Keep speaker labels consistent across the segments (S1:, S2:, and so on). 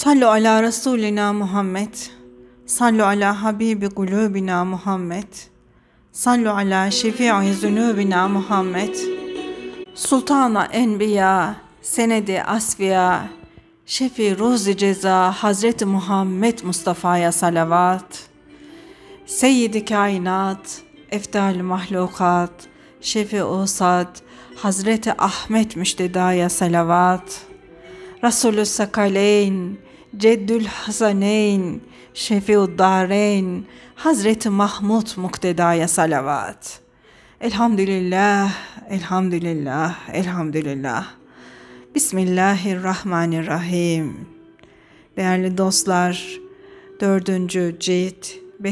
S1: Sallu ala Resulina Muhammed. Sallu ala Habibi kulubina Muhammed. Sallu ala şefi'i zunubina Muhammed. Sultana Enbiya, Senedi Asfiya, Şefi Ruzi Ceza Hazreti Muhammed Mustafa'ya salavat. Seyyid-i Kainat, Eftal Mahlukat, Şefi Usad, Hazreti Ahmet Müşteda'ya salavat. Resulü Sakaleyn, Ceddül Hasaneyn, Şefi'ud Dareyn, Hazreti Mahmud Mukteda'ya salavat. Elhamdülillah, elhamdülillah, elhamdülillah. Bismillahirrahmanirrahim. Değerli dostlar, 4. cilt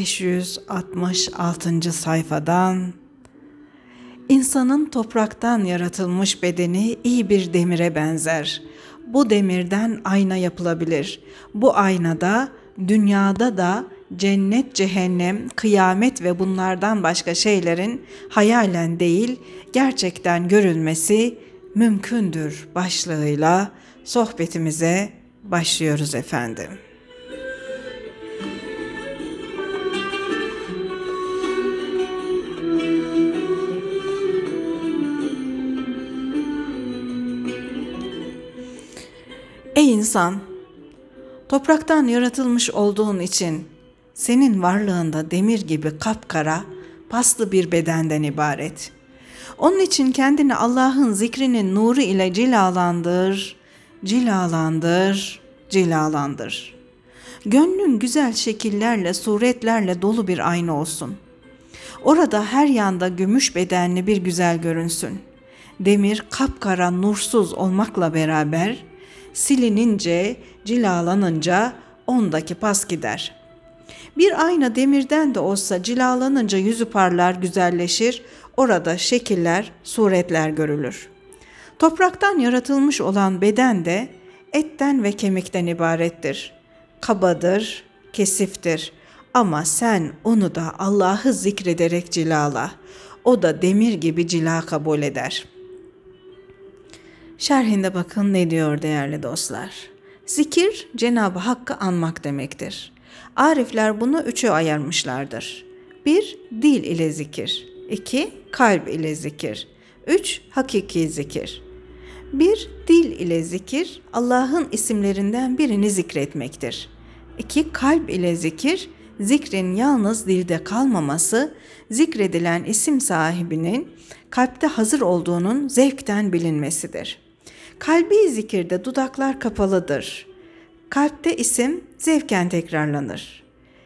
S1: 566. sayfadan İnsanın topraktan yaratılmış bedeni iyi bir demire benzer. Bu demirden ayna yapılabilir. Bu aynada dünyada da cennet, cehennem, kıyamet ve bunlardan başka şeylerin hayalen değil, gerçekten görülmesi mümkündür başlığıyla sohbetimize başlıyoruz efendim. Ey insan! Topraktan yaratılmış olduğun için senin varlığında demir gibi kapkara, paslı bir bedenden ibaret. Onun için kendini Allah'ın zikrinin nuru ile cilalandır, cilalandır, cilalandır. Gönlün güzel şekillerle, suretlerle dolu bir ayna olsun. Orada her yanda gümüş bedenli bir güzel görünsün. Demir kapkara, nursuz olmakla beraber silinince, cilalanınca ondaki pas gider. Bir ayna demirden de olsa cilalanınca yüzü parlar, güzelleşir, orada şekiller, suretler görülür. Topraktan yaratılmış olan beden de etten ve kemikten ibarettir. Kabadır, kesiftir ama sen onu da Allah'ı zikrederek cilala. O da demir gibi cila kabul eder. Şerhinde bakın ne diyor değerli dostlar. Zikir Cenab-ı Hakk'ı anmak demektir. Arifler bunu 3'e ayırmışlardır. 1. Dil ile zikir. 2. Kalp ile zikir. 3. Hakiki zikir. 1. Dil ile zikir Allah'ın isimlerinden birini zikretmektir. 2. Kalp ile zikir zikrin yalnız dilde kalmaması, zikredilen isim sahibinin kalpte hazır olduğunun zevkten bilinmesidir. Kalbi zikirde dudaklar kapalıdır. Kalpte isim zevken tekrarlanır.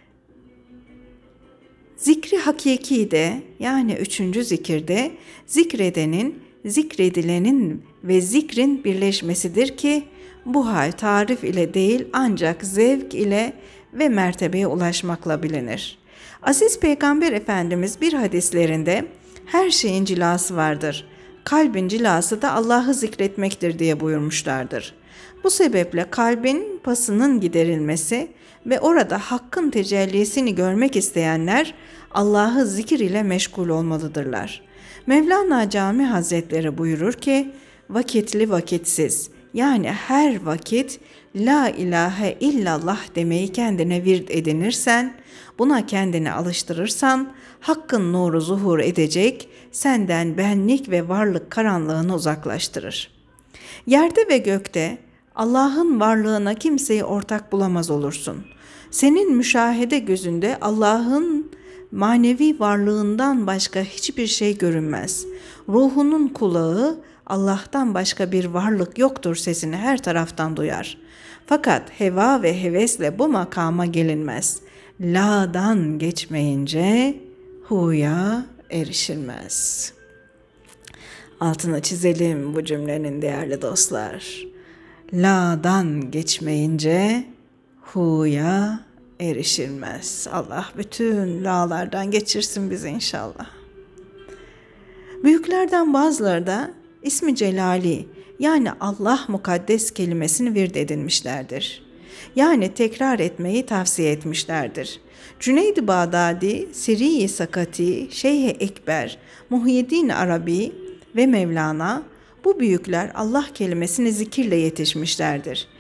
S1: Zikri hakiki de yani 3. zikirde zikredenin, zikredilenin ve zikrin birleşmesidir ki bu hal tarif ile değil ancak zevk ile ve mertebeye ulaşmakla bilinir. Aziz Peygamber Efendimiz bir hadislerinde her şeyin cilası vardır. Kalbin cilası da Allah'ı zikretmektir diye buyurmuşlardır. Bu sebeple kalbin pasının giderilmesi ve orada Hakk'ın tecellisini görmek isteyenler Allah'ı zikir ile meşgul olmalıdırlar. Mevlana Cami Hazretleri buyurur ki, vakitli vakitsiz yani her vakit La ilahe illallah demeyi kendine virt edinirsen, buna kendini alıştırırsan, Hakk'ın nuru zuhur edecek, senden benlik ve varlık karanlığını uzaklaştırır. Yerde ve gökte Allah'ın varlığına kimseyi ortak bulamaz olursun. Senin müşahede gözünde Allah'ın manevi varlığından başka hiçbir şey görünmez. Ruhunun kulağı Allah'tan başka bir varlık yoktur sesini her taraftan duyar. Fakat heva ve hevesle bu makama gelinmez. La'dan geçmeyince hu'ya erişilmez. Altını çizelim bu cümlenin değerli dostlar. La'dan geçmeyince hu'ya erişilmez. Allah bütün la'lardan geçirsin bizi inşallah. Büyüklerden bazıları da İsmi Celali yani Allah mukaddes kelimesini virt edinmişlerdir. Yani tekrar etmeyi tavsiye etmişlerdir. Cüneyd-i Bağdadi, Siri-i Sakati, Şeyh-i Ekber, Muhyiddin Arabi ve Mevlana bu büyükler Allah kelimesini zikirle yetişmişlerdir.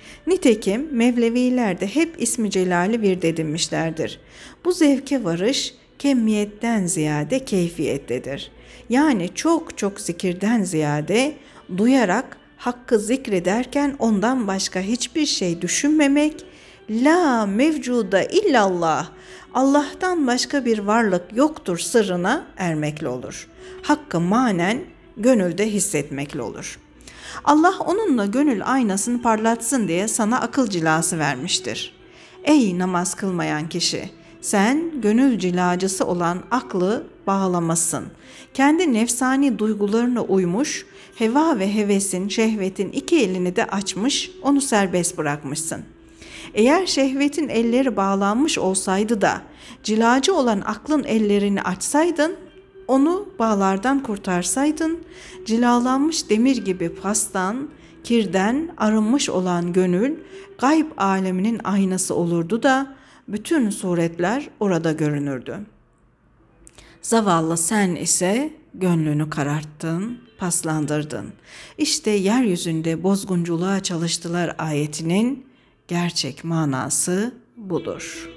S1: Nitekim Mevleviler de hep ismi celali vird edinmişlerdir. Bu zevke varış kemiyetten ziyade keyfiyettedir. Yani çok çok zikirden ziyade duyarak hakkı zikrederken ondan başka hiçbir şey düşünmemek, la mevcuda illallah, Allah'tan başka bir varlık yoktur sırrına ermekle olur. Hakkı manen gönülde hissetmekle olur. Allah onunla gönül aynasını parlatsın diye sana akıl cilası vermiştir. Ey namaz kılmayan kişi! Sen gönül cilacısı olan aklı bağlamasın. Kendi nefsani duygularına uymuş, heva ve hevesin, şehvetin iki elini de açmış, onu serbest bırakmışsın. Eğer şehvetin elleri bağlanmış olsaydı da cilacı olan aklın ellerini açsaydın, onu bağlardan kurtarsaydın, cilalanmış demir gibi pastan, kirden arınmış olan gönül, gayb aleminin aynası olurdu da bütün suretler orada görünürdü. Zavallı sen ise gönlünü kararttın, paslandırdın. İşte yeryüzünde bozgunculuğa çalıştılar ayetinin gerçek manası budur.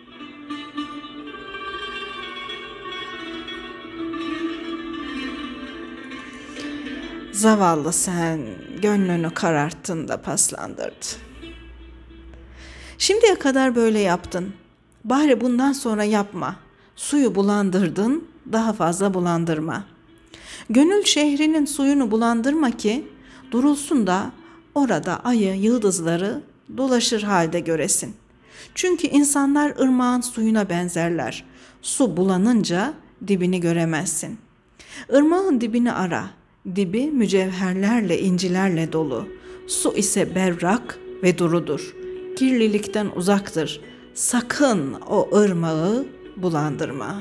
S1: Zavallı sen gönlünü kararttın da paslandırdın. Şimdiye kadar böyle yaptın. Bari bundan sonra yapma. Suyu bulandırdın, daha fazla bulandırma. Gönül şehrinin suyunu bulandırma ki durulsun da orada ayı, yıldızları dolaşır halde göresin. Çünkü insanlar ırmağın suyuna benzerler. Su bulanınca dibini göremezsin. Irmağın dibini ara. Dibi mücevherlerle, incilerle dolu. Su ise berrak ve durudur. Kirlilikten uzaktır. Sakın o ırmağı bulandırma.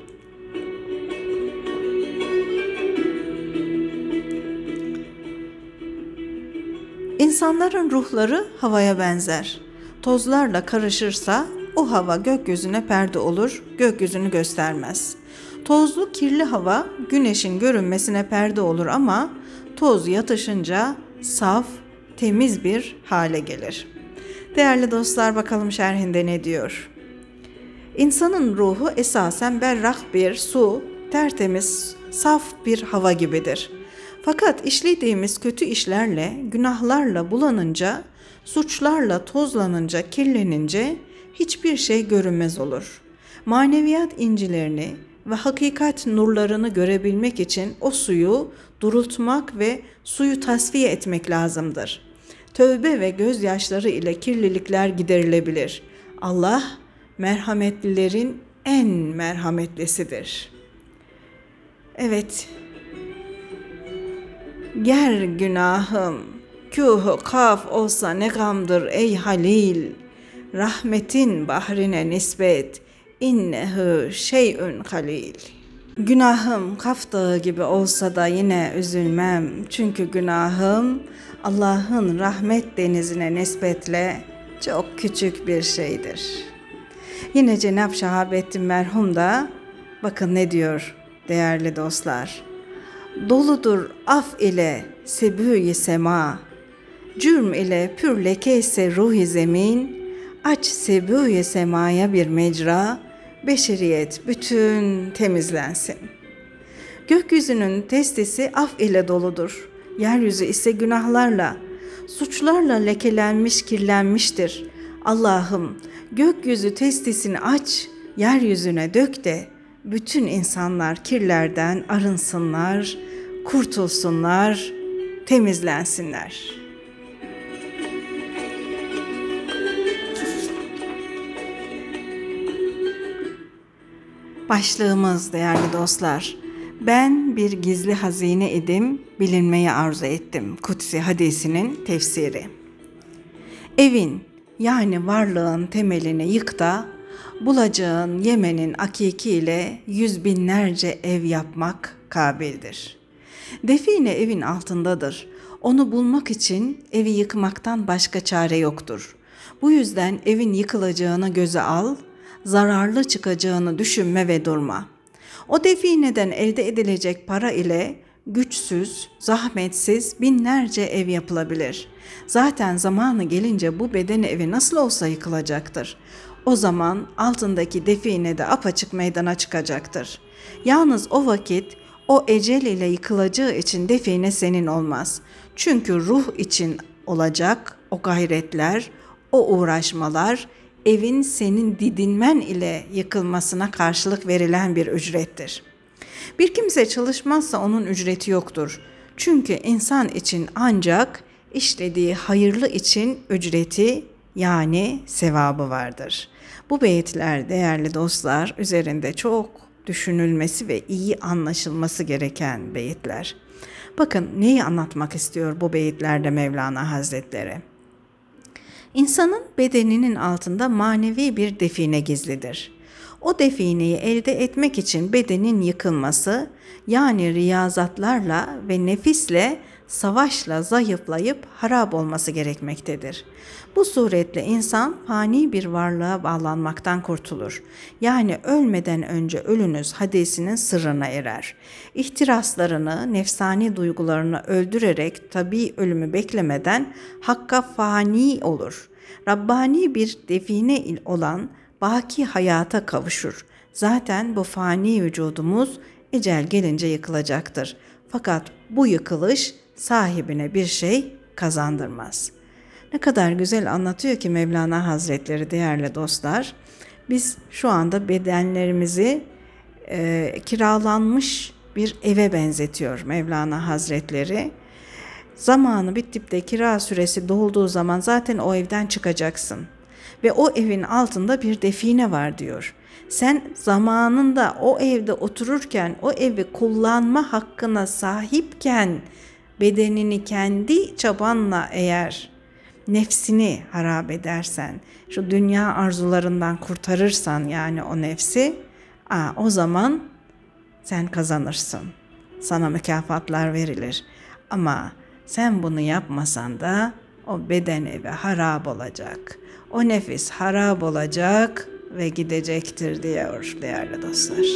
S1: İnsanların ruhları havaya benzer. Tozlarla karışırsa o hava gökyüzüne perde olur, gökyüzünü göstermez. Tozlu, kirli hava güneşin görünmesine perde olur ama toz yatışınca saf, temiz bir hale gelir. Değerli dostlar, bakalım şerhinde ne diyor? İnsanın ruhu esasen berrak bir su, tertemiz, saf bir hava gibidir. Fakat işlediğimiz kötü işlerle, günahlarla bulanınca, suçlarla tozlanınca, kirlenince hiçbir şey görünmez olur. Maneviyat incilerini ve hakikat nurlarını görebilmek için o suyu durultmak ve suyu tasfiye etmek lazımdır. Tövbe ve gözyaşları ile kirlilikler giderilebilir. Allah merhametlilerin en merhametlisidir. Evet. Ger günahım, küh kaf olsa ne gamdır ey Halil. Rahmetin bahrine nispet, innehu şey'ün halil. Günahım Kaf Dağı gibi olsa da yine üzülmem. Çünkü günahım Allah'ın rahmet denizine nispetle çok küçük bir şeydir. Yine Cenab-ı Şahabettin merhum da bakın ne diyor değerli dostlar. Doludur af ile sebû-i sema, cürm ile pür lekeyse ruh-i zemin, aç sebû-i semaya bir mecra, beşeriyet bütün temizlensin. Gökyüzünün testisi af ile doludur. Yeryüzü ise günahlarla, suçlarla lekelenmiş, kirlenmiştir. Allah'ım gökyüzü testisini aç, yeryüzüne dök de bütün insanlar kirlerden arınsınlar, kurtulsunlar, temizlensinler. Başlığımız değerli dostlar, ben bir gizli hazine idim, bilinmeyi arzu ettim. Kutsi hadisinin tefsiri. Evin yani varlığın temelini yık da bulacağın Yemen'in akiki ile 100.000'lerce ev yapmak kabildir. Define evin altındadır. Onu bulmak için evi yıkmaktan başka çare yoktur. Bu yüzden evin yıkılacağını göze al, zararlı çıkacağını düşünme ve durma. O defineden elde edilecek para ile güçsüz, zahmetsiz binlerce ev yapılabilir. Zaten zamanı gelince bu beden evi nasıl olsa yıkılacaktır. O zaman altındaki define de apaçık meydana çıkacaktır. Yalnız o vakit o ecel ile yıkılacağı için define senin olmaz. Çünkü ruh için olacak o gayretler, o uğraşmalar, evin senin didinmen ile yıkılmasına karşılık verilen bir ücrettir. Bir kimse çalışmazsa onun ücreti yoktur. Çünkü insan için ancak işlediği hayırlı için ücreti yani sevabı vardır. Bu beyitler değerli dostlar üzerinde çok düşünülmesi ve iyi anlaşılması gereken beyitler. Bakın neyi anlatmak istiyor bu beyitlerde Mevlana Hazretleri? İnsanın bedeninin altında manevi bir define gizlidir. O defineyi elde etmek için bedenin yıkılması, yani riyazatlarla ve nefisle, savaşla zayıflayıp harap olması gerekmektedir. Bu suretle insan fani bir varlığa bağlanmaktan kurtulur. Yani ölmeden önce ölünüz hadisinin sırrına erer. İhtiraslarını, nefsani duygularını öldürerek tabii ölümü beklemeden hakka fani olur. Rabbani bir define olan baki hayata kavuşur. Zaten bu fani vücudumuz ecel gelince yıkılacaktır. Fakat bu yıkılış sahibine bir şey kazandırmaz. Ne kadar güzel anlatıyor ki Mevlana Hazretleri değerli dostlar. Biz şu anda bedenlerimizi kiralanmış bir eve benzetiyor Mevlana Hazretleri. Zamanı bitip de kira süresi dolduğu zaman zaten o evden çıkacaksın. Ve o evin altında bir define var diyor. Sen zamanında o evde otururken, o evi kullanma hakkına sahipken bedenini kendi çabanla eğer nefsini harap edersen, şu dünya arzularından kurtarırsan yani o nefsi, o zaman sen kazanırsın. Sana mükafatlar verilir. Ama sen bunu yapmasan da o beden evi harap olacak. O nefis harap olacak ve gidecektir diyor değerli dostlar.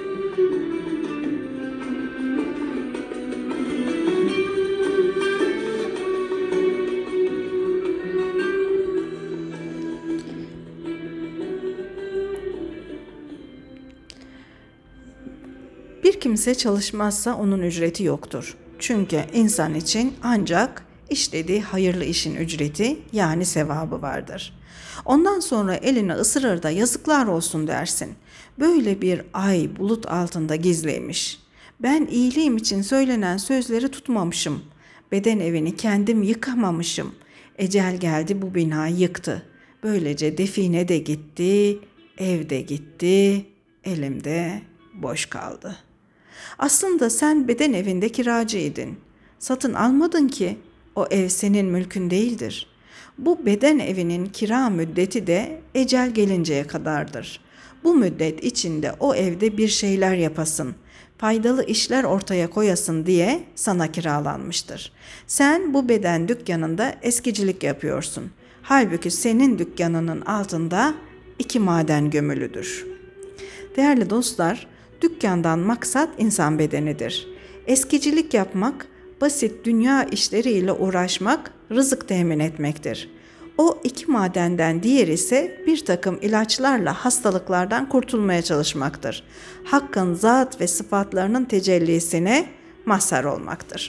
S1: Bir kimse çalışmazsa onun ücreti yoktur. Çünkü insan için ancak işlediği hayırlı işin ücreti yani sevabı vardır. Ondan sonra elini ısırır da yazıklar olsun dersin. Böyle bir ay bulut altında gizliymiş. Ben iyiliğim için söylenen sözleri tutmamışım. Beden evini kendim yıkamamışım. Ecel geldi bu binayı yıktı. Böylece define de gitti, ev de gitti, elimde boş kaldı. Aslında sen beden evinde kiracıydın. Satın almadın ki o ev senin mülkün değildir. Bu beden evinin kira müddeti de ecel gelinceye kadardır. Bu müddet içinde o evde bir şeyler yapasın, faydalı işler ortaya koyasın diye sana kiralanmıştır. Sen bu beden dükkanında eskicilik yapıyorsun. Halbuki senin dükkanının altında 2 maden gömülüdür. Değerli dostlar, dükkandan maksat insan bedenidir. Eskicilik yapmak, basit dünya işleriyle uğraşmak, rızık temin etmektir. O 2 madenden diğeri ise bir takım ilaçlarla hastalıklardan kurtulmaya çalışmaktır. Hakkın zat ve sıfatlarının tecellisine mazhar olmaktır.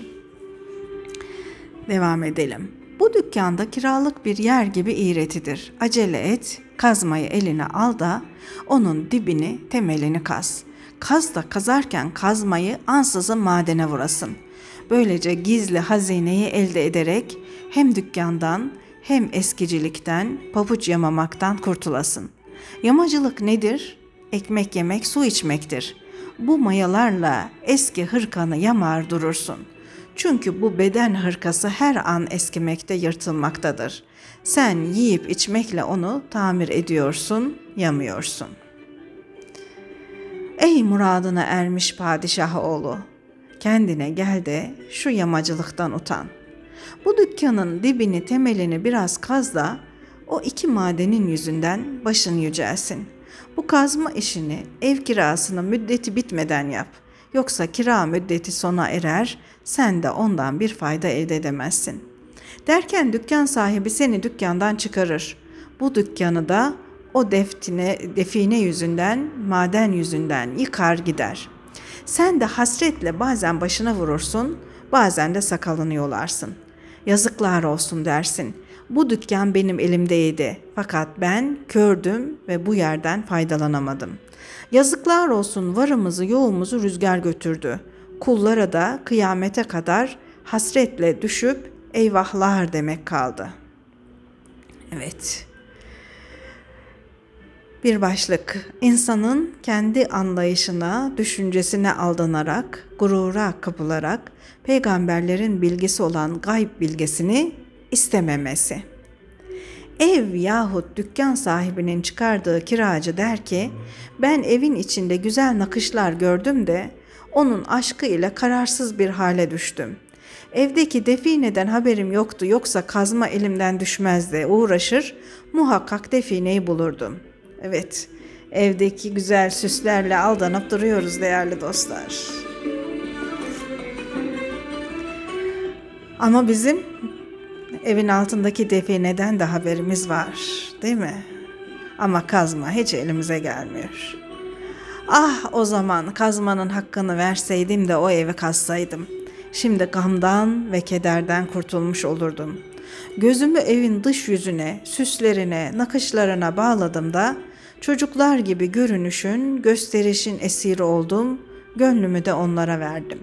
S1: Devam edelim. Bu dükkanda kiralık bir yer gibi iğretidir. Acele et, kazmayı eline al da onun dibini, temelini kaz. Kaz da kazarken kazmayı ansızın madene vurasın. Böylece gizli hazineyi elde ederek hem dükkandan hem eskicilikten, pabuç yamamaktan kurtulasın. Yamacılık nedir? Ekmek yemek, su içmektir. Bu mayalarla eski hırkanı yamar durursun. Çünkü bu beden hırkası her an eskimekte, yırtılmaktadır. Sen yiyip içmekle onu tamir ediyorsun, yamıyorsun. Ey muradına ermiş padişah oğlu! Kendine gel de şu yamacılıktan utan. Bu dükkanın dibini, temelini biraz kaz da o 2 madenin yüzünden başın yücelsin. Bu kazma işini ev kirasının müddeti bitmeden yap. Yoksa kira müddeti sona erer, sen de ondan bir fayda elde edemezsin. Derken dükkan sahibi seni dükkandan çıkarır. Bu dükkanı da o define yüzünden, maden yüzünden yıkar gider. Sen de hasretle bazen başına vurursun, bazen de sakalını yolarsın. Yazıklar olsun dersin. Bu dükkan benim elimdeydi. Fakat ben kördüm ve bu yerden faydalanamadım. Yazıklar olsun, varımızı yoğumuzu rüzgar götürdü. Kullara da kıyamete kadar hasretle düşüp eyvahlar demek kaldı. Evet. Bir başlık, insanın kendi anlayışına, düşüncesine aldanarak, gurura kapılarak peygamberlerin bilgisi olan gayb bilgisini istememesi. Ev yahut dükkan sahibinin çıkardığı kiracı der ki, ben evin içinde güzel nakışlar gördüm de onun aşkı ile kararsız bir hale düştüm. Evdeki defineden haberim yoktu, yoksa kazma elimden düşmezdi, uğraşır, muhakkak defineyi bulurdum. Evet, evdeki güzel süslerle aldanıp duruyoruz değerli dostlar. Ama bizim evin altındaki defineden de haberimiz var, değil mi? Ama kazma hiç elimize gelmiyor. Ah, o zaman kazmanın hakkını verseydim de o evi kazsaydım. Şimdi gamdan ve kederden kurtulmuş olurdum. Gözümü evin dış yüzüne, süslerine, nakışlarına bağladım da çocuklar gibi görünüşün, gösterişin esiri oldum, gönlümü de onlara verdim.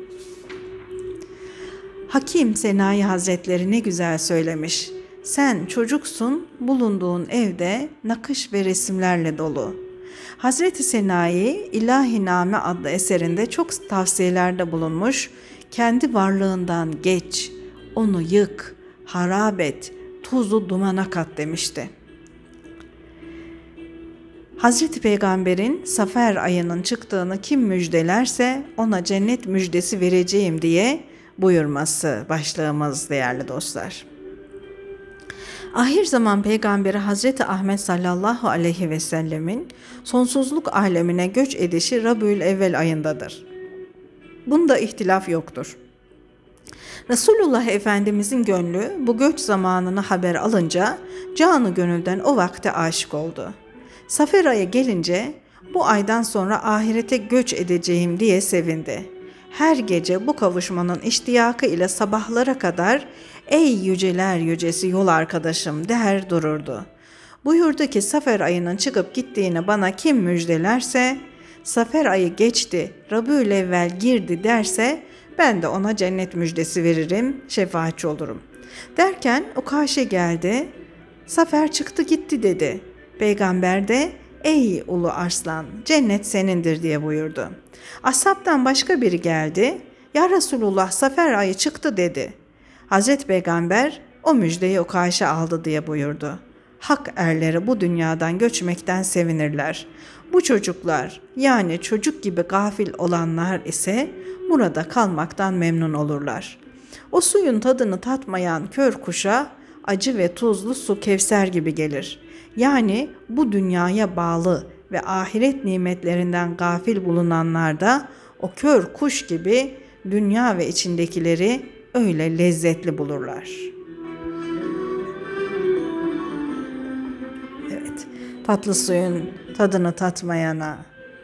S1: Hakim Senayi Hazretleri ne güzel söylemiş. Sen çocuksun, bulunduğun evde nakış ve resimlerle dolu. Hazreti Senayi İlahi Name adlı eserinde çok tavsiyelerde bulunmuş. Kendi varlığından geç, onu yık, harap et, tuzu dumana kat demişti. Hazreti Peygamber'in Safer ayının çıktığını kim müjdelerse ona cennet müjdesi vereceğim diye buyurması başlığımız değerli dostlar. Ahir zaman peygamberi Hazreti Ahmet sallallahu aleyhi ve sellemin sonsuzluk alemine göç edişi Rabiülevvel ayındadır. Bunda ihtilaf yoktur. Resulullah Efendimizin gönlü bu göç zamanını haber alınca canı gönülden o vakte aşık oldu. Safer ayı gelince bu aydan sonra ahirete göç edeceğim diye sevindi. Her gece bu kavuşmanın iştiyakı ile sabahlara kadar ey yüceler yücesi yol arkadaşım der dururdu. Buyurdu ki Safer ayının çıkıp gittiğini bana kim müjdelerse, Safer ayı geçti, Rabiülevvel girdi derse ben de ona cennet müjdesi veririm, şefaatçi olurum. Derken Ukaşe geldi, Safer çıktı gitti dedi. Peygamber de ey ulu arslan cennet senindir diye buyurdu. Ashabtan başka biri geldi, ya Resulullah Safer ayı çıktı dedi. Hazreti Peygamber o müjdeyi Ukaşe aldı diye buyurdu. Hak erleri bu dünyadan göçmekten sevinirler. Bu çocuklar yani çocuk gibi gafil olanlar ise burada kalmaktan memnun olurlar. O suyun tadını tatmayan kör kuşa acı ve tuzlu su Kevser gibi gelir. Yani bu dünyaya bağlı ve ahiret nimetlerinden gafil bulunanlar da o kör kuş gibi dünya ve içindekileri öyle lezzetli bulurlar. Evet, tatlı suyun tadını tatmayana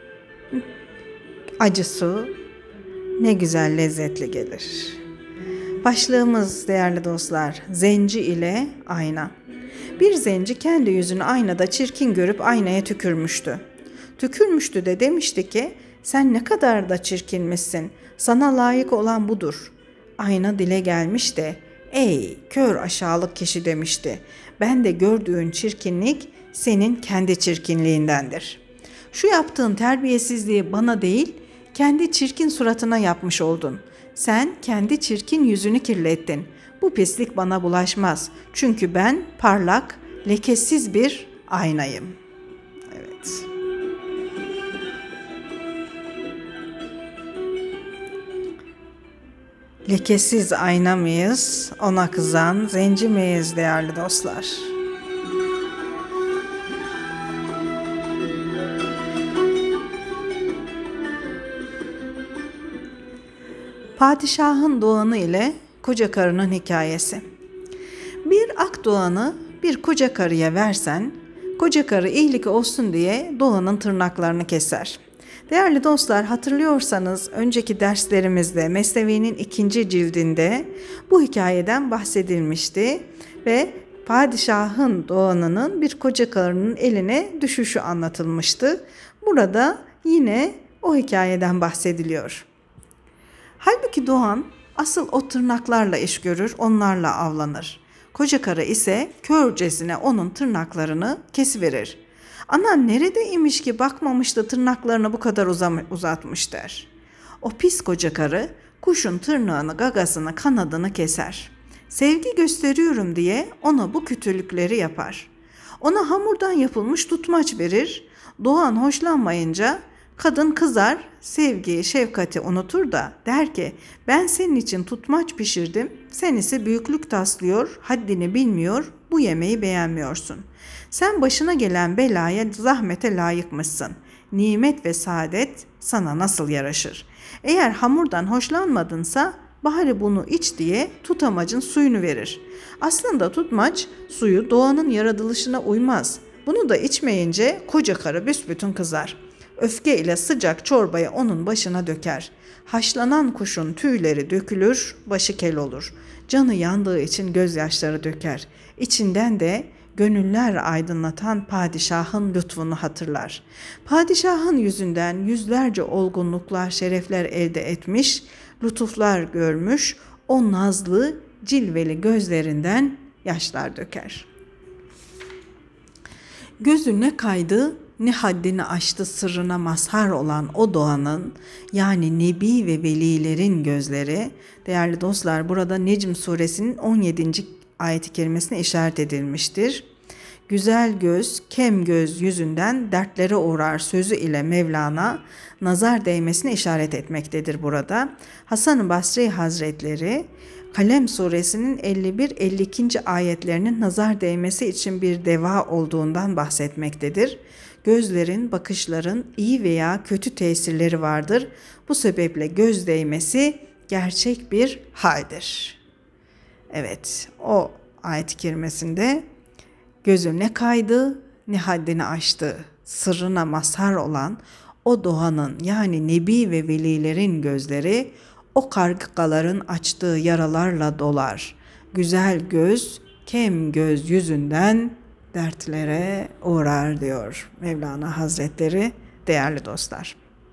S1: acı su ne güzel lezzetli gelir. Başlığımız değerli dostlar, zenci ile ayna. Bir zenci kendi yüzünü aynada çirkin görüp aynaya tükürmüştü. Tükürmüştü de demişti ki, sen ne kadar da çirkinmişsin, sana layık olan budur. Ayna dile gelmiş de, ey kör aşağılık kişi demişti, ben de gördüğün çirkinlik senin kendi çirkinliğindendir. Şu yaptığın terbiyesizliği bana değil, kendi çirkin suratına yapmış oldun. Sen kendi çirkin yüzünü kirlettin. Bu pislik bana bulaşmaz. Çünkü ben parlak, lekesiz bir aynayım. Evet. Lekesiz ayna mıyız? Ona kızan zenci miyiz değerli dostlar? Padişahın doğanı ile koca karının hikayesi. Bir ak doğanı bir koca karıya versen, koca karı iyilik olsun diye doğanın tırnaklarını keser. Değerli dostlar, hatırlıyorsanız önceki derslerimizde Mesnevi'nin 2. cildinde bu hikayeden bahsedilmişti ve padişahın doğanının bir koca karının eline düşüşü anlatılmıştı. Burada yine o hikayeden bahsediliyor. Halbuki Doğan asıl o tırnaklarla iş görür, onlarla avlanır. Koca karı ise körcesine onun tırnaklarını kesiverir. Anan neredeymiş ki bakmamıştı tırnaklarını bu kadar uzatmış der. O pis koca karı kuşun tırnağını, gagasını, kanadını keser. Sevgi gösteriyorum diye ona bu kötülükleri yapar. Ona hamurdan yapılmış tutmaç verir. Doğan hoşlanmayınca kadın kızar, sevgiyi, şefkati unutur da der ki ben senin için tutmaç pişirdim, sen ise büyüklük taslıyor, haddini bilmiyor, bu yemeği beğenmiyorsun. Sen başına gelen belaya, zahmete layıkmışsın. Nimet ve saadet sana nasıl yaraşır? Eğer hamurdan hoşlanmadınsa bari bunu iç diye tutamacın suyunu verir. Aslında tutmaç suyu doğanın yaratılışına uymaz. Bunu da içmeyince koca karı büsbütün kızar. Öfke ile sıcak çorbayı onun başına döker. Haşlanan kuşun tüyleri dökülür, başı kel olur. Canı yandığı için gözyaşları döker. İçinden de gönüller aydınlatan padişahın lütfunu hatırlar. Padişahın yüzünden yüzlerce olgunluklar, şerefler elde etmiş, lütuflar görmüş, o nazlı, cilveli gözlerinden yaşlar döker. Gözü ne kaydı, ne haddini aştı sırrına mazhar olan o doğanın, yani Nebi ve velilerin gözleri, değerli dostlar, burada Necm suresinin 17. ayet-i kerimesine işaret edilmiştir. Güzel göz, kem göz yüzünden dertlere uğrar sözü ile Mevlana nazar değmesine işaret etmektedir burada. Hasan-ı Basri Hazretleri Kalem suresinin 51-52. ayetlerinin nazar değmesi için bir deva olduğundan bahsetmektedir. Gözlerin, bakışların iyi veya kötü tesirleri vardır. Bu sebeple göz değmesi gerçek bir haldir. Evet, o ayet-i kerimesinde gözü ne kaydı ne haddini aştı, sırrına mazhar olan o doğanın yani Nebi ve velilerin gözleri o kargaların açtığı yaralarla dolar. Güzel göz, kem göz yüzünden dertlere uğrar diyor Mevlana Hazretleri, değerli dostlar.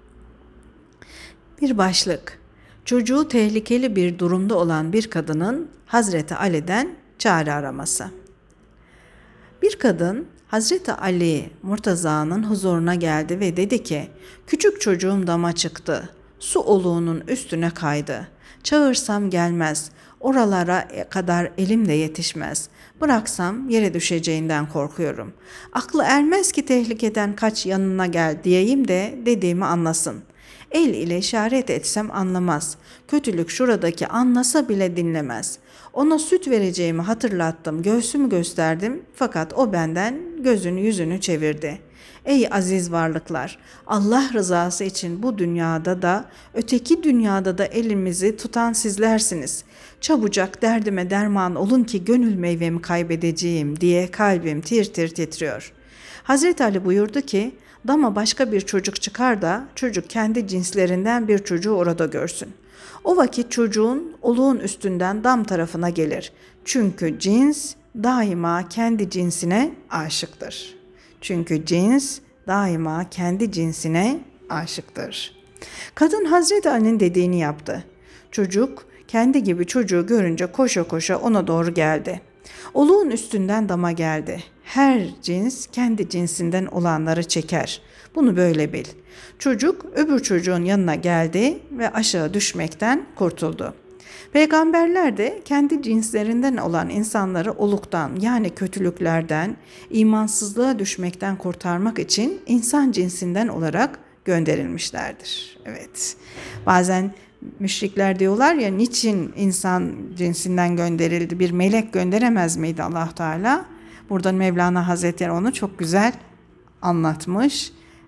S1: Bir başlık. Çocuğu tehlikeli bir durumda olan bir kadının Hazreti Ali'den çare araması. Bir kadın Hazreti Ali Murtaza'nın huzuruna geldi ve dedi ki, küçük çocuğum dama çıktı, su oluğunun üstüne kaydı. Çağırsam gelmez, oralara kadar elim de yetişmez. Bıraksam yere düşeceğinden korkuyorum. Aklı ermez ki tehlikeden kaç yanına gel diyeyim de dediğimi anlasın. El ile işaret etsem anlamaz. Kötülük şuradaki anlasa bile dinlemez. Ona süt vereceğimi hatırlattım, göğsümü gösterdim fakat o benden gözünü yüzünü çevirdi. Ey aziz varlıklar! Allah rızası için bu dünyada da öteki dünyada da elimizi tutan sizlersiniz. Çabucak derdime derman olun ki gönül meyvemi kaybedeceğim diye kalbim tir tir titriyor. Hazreti Ali buyurdu ki, dama başka bir çocuk çıkar da çocuk kendi cinslerinden bir çocuğu orada görsün. O vakit çocuğun oluğun üstünden dam tarafına gelir. Çünkü cins daima kendi cinsine aşıktır. Çünkü cins daima kendi cinsine aşıktır. Kadın Hazreti Ali'nin dediğini yaptı. Çocuk kendi gibi çocuğu görünce koşa koşa ona doğru geldi. Oluğun üstünden dama geldi. Her cins kendi cinsinden olanları çeker. Bunu böyle bil. Çocuk öbür çocuğun yanına geldi ve aşağı düşmekten kurtuldu. Peygamberler de kendi cinslerinden olan insanları oluktan yani kötülüklerden, imansızlığa düşmekten kurtarmak için insan cinsinden olarak gönderilmişlerdir. Evet. Bazen müşrikler diyorlar ya, niçin insan cinsinden gönderildi? Bir melek gönderemez miydi Allah Teala? Burada Mevlana Hazretleri onu çok güzel anlatmış.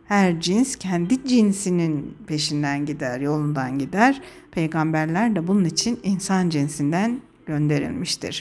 S1: Her cins kendi cinsinin peşinden gider, yolundan gider. Peygamberler de bunun için insan cinsinden gönderilmiştir.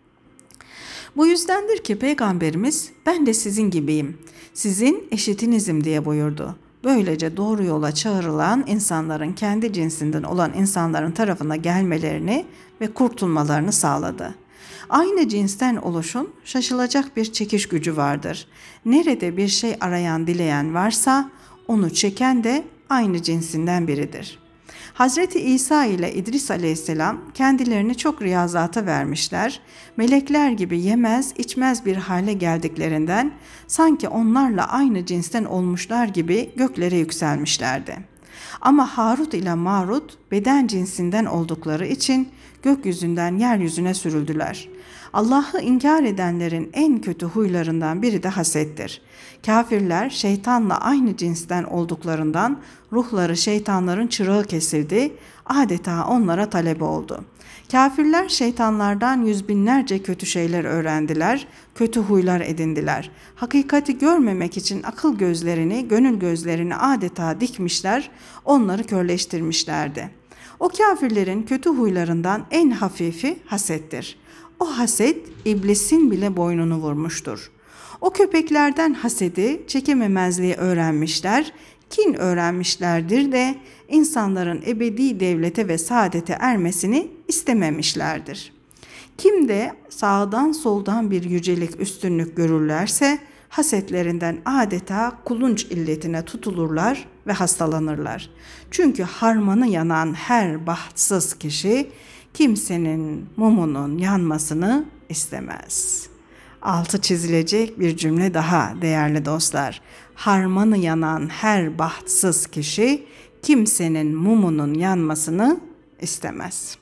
S1: Bu yüzdendir ki Peygamberimiz ben de sizin gibiyim, sizin eşitinizim diye buyurdu. Böylece doğru yola çağrılan insanların kendi cinsinden olan insanların tarafına gelmelerini ve kurtulmalarını sağladı. Aynı cinsten oluşun şaşılacak bir çekiş gücü vardır. Nerede bir şey arayan, dileyen varsa onu çeken de aynı cinsinden biridir. Hazreti İsa ile İdris aleyhisselam kendilerini çok riyazata vermişler, melekler gibi yemez içmez bir hale geldiklerinden sanki onlarla aynı cinsten olmuşlar gibi göklere yükselmişlerdi. Ama Harut ile Marut beden cinsinden oldukları için gökyüzünden yeryüzüne sürüldüler. Allah'ı inkar edenlerin en kötü huylarından biri de hasettir. Kafirler şeytanla aynı cinsten olduklarından ruhları şeytanların çırağı kesildi, adeta onlara talebe oldu. Kafirler şeytanlardan yüz binlerce kötü şeyler öğrendiler, kötü huylar edindiler. Hakikati görmemek için akıl gözlerini, gönül gözlerini adeta dikmişler, onları körleştirmişlerdi. O kafirlerin kötü huylarından en hafifi hasettir. O haset iblisin bile boynunu vurmuştur. O köpeklerden hasedi, çekememezliği öğrenmişler, kin öğrenmişlerdir de insanların ebedi devlete ve saadete ermesini istememişlerdir. Kim de sağdan soldan bir yücelik üstünlük görürlerse hasetlerinden adeta kulunç illetine tutulurlar ve hastalanırlar. Çünkü harmanı yanan her bahtsız kişi kimsenin mumunun yanmasını istemez. Altı çizilecek bir cümle daha değerli dostlar. Harmanı yanan her bahtsız kişi kimsenin mumunun yanmasını istemez.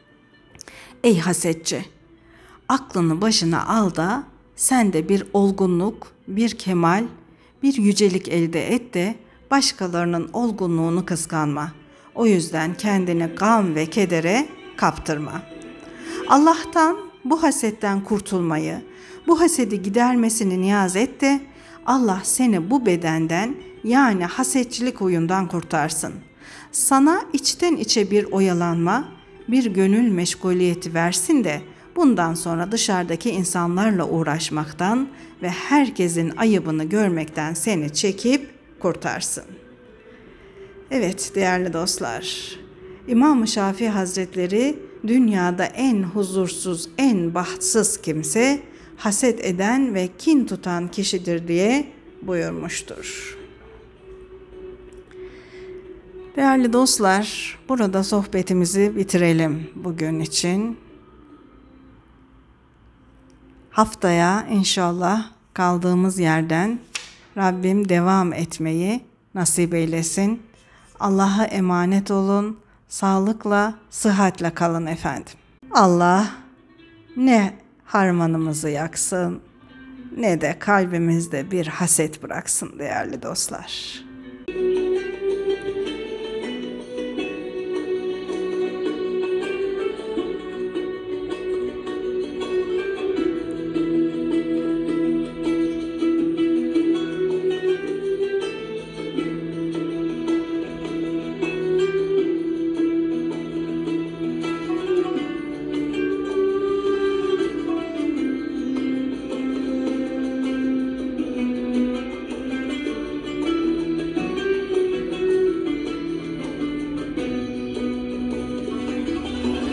S1: Ey hasetçi! Aklını başına al da sen de bir olgunluk, bir kemal, bir yücelik elde et de başkalarının olgunluğunu kıskanma. O yüzden kendini gam ve kedere kaptırma. Allah'tan bu hasetten kurtulmayı, bu hasedi gidermesini niyaz et de Allah seni bu bedenden yani hasetçilik huyundan kurtarsın. Sana içten içe bir oyalanma, bir gönül meşguliyeti versin de bundan sonra dışarıdaki insanlarla uğraşmaktan ve herkesin ayıbını görmekten seni çekip kurtarsın. Evet değerli dostlar, İmam-ı Şafii Hazretleri dünyada en huzursuz, en bahtsız kimse haset eden ve kin tutan kişidir diye buyurmuştur. Değerli dostlar, burada sohbetimizi bitirelim bugün için. Haftaya inşallah kaldığımız yerden Rabbim devam etmeyi nasip eylesin. Allah'a emanet olun, sağlıkla, sıhhatle kalın efendim. Allah ne harmanımızı yaksın ne de kalbimizde bir haset bıraksın değerli dostlar.